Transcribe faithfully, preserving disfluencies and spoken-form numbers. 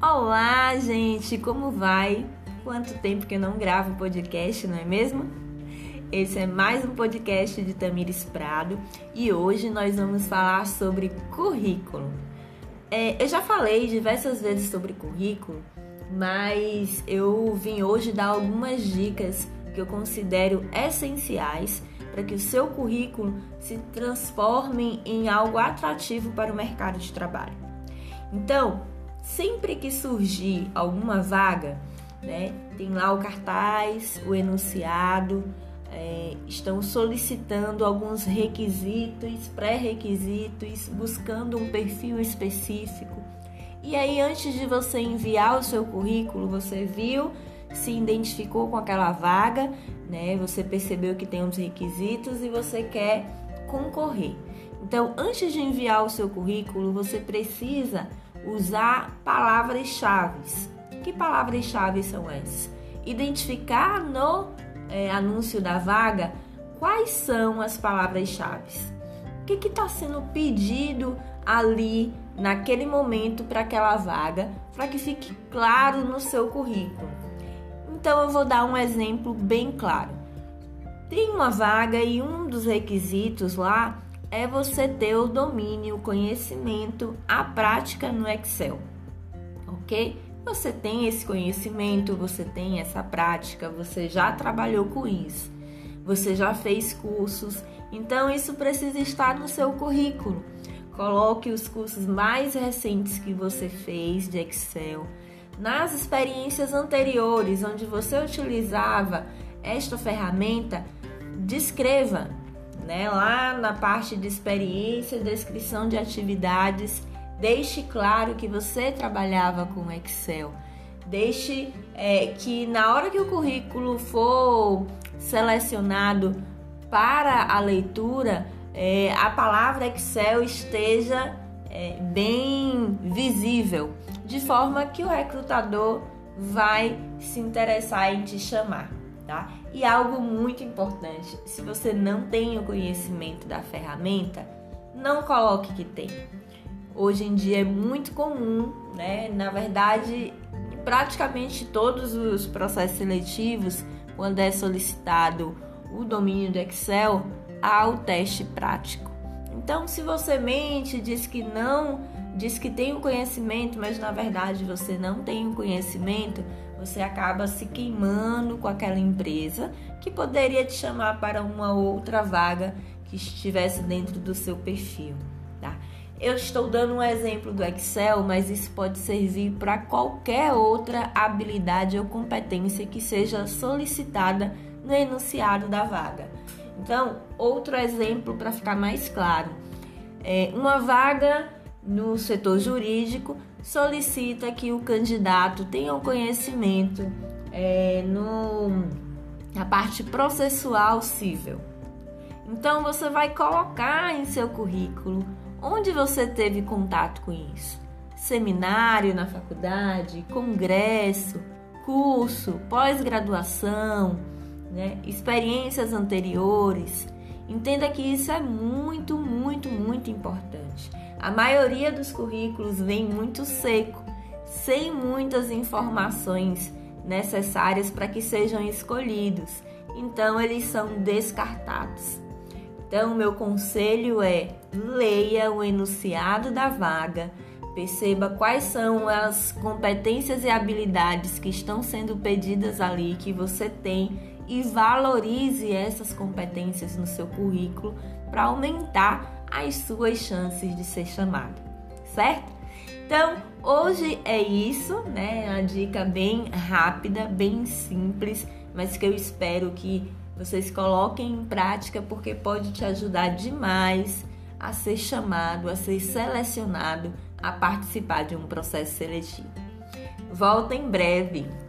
Olá, gente! Como vai? Quanto tempo que eu não gravo podcast, não é mesmo? Esse é mais um podcast de Tamires Prado e hoje nós vamos falar sobre currículo. É, eu já falei diversas vezes sobre currículo, mas eu vim hoje dar algumas dicas que eu considero essenciais para que o seu currículo se transforme em algo atrativo para o mercado de trabalho. Então, sempre que surgir alguma vaga, né, tem lá o cartaz, o enunciado, é, estão solicitando alguns requisitos, pré-requisitos, buscando um perfil específico. E aí, antes de você enviar o seu currículo, você viu, se identificou com aquela vaga, né, você percebeu que tem uns requisitos e você quer concorrer. Então, antes de enviar o seu currículo, você precisa usar palavras-chave. Que palavras-chave são essas? Identificar no é, anúncio da vaga quais são as palavras-chave. O que está sendo pedido ali naquele momento para aquela vaga, para que fique claro no seu currículo. Então, eu vou dar um exemplo bem claro. Tem uma vaga e um dos requisitos lá é você ter o domínio, o conhecimento, a prática no Excel, ok? Você tem esse conhecimento, você tem essa prática, você já trabalhou com isso, você já fez cursos, então isso precisa estar no seu currículo. Coloque os cursos mais recentes que você fez de Excel, nas experiências anteriores, onde você utilizava esta ferramenta, descreva, né, lá na parte de experiência, descrição de atividades, deixe claro que você trabalhava com Excel. Deixe é, que na hora que o currículo for selecionado para a leitura, é, a palavra Excel esteja é, bem visível, de forma que o recrutador vai se interessar em te chamar. Tá? E algo muito importante, se você não tem o conhecimento da ferramenta, não coloque que tem. Hoje em dia é muito comum, né? Na verdade, praticamente todos os processos seletivos, quando é solicitado o domínio do Excel, há o teste prático. Então, se você mente, diz que não, diz que tem o conhecimento, mas na verdade você não tem o conhecimento, você acaba se queimando com aquela empresa que poderia te chamar para uma outra vaga que estivesse dentro do seu perfil, tá? Eu estou dando um exemplo do Excel, mas isso pode servir para qualquer outra habilidade ou competência que seja solicitada no enunciado da vaga. Então, outro exemplo para ficar mais claro, é uma vaga no setor jurídico solicita que o candidato tenha um conhecimento é, no, na parte processual civil. Então, você vai colocar em seu currículo onde você teve contato com isso. Seminário na faculdade, congresso, curso, pós-graduação, né, experiências anteriores. Entenda que isso é muito, muito, muito importante. A maioria dos currículos vem muito seco, sem muitas informações necessárias para que sejam escolhidos. Então, eles são descartados. Então, meu conselho é: leia o enunciado da vaga, perceba quais são as competências e habilidades que estão sendo pedidas ali, que você tem, e valorize essas competências no seu currículo para aumentar as suas chances de ser chamado, certo? Então, hoje é isso, né? Uma dica bem rápida, bem simples, mas que eu espero que vocês coloquem em prática, porque pode te ajudar demais a ser chamado, a ser selecionado, a participar de um processo seletivo. Volto em breve.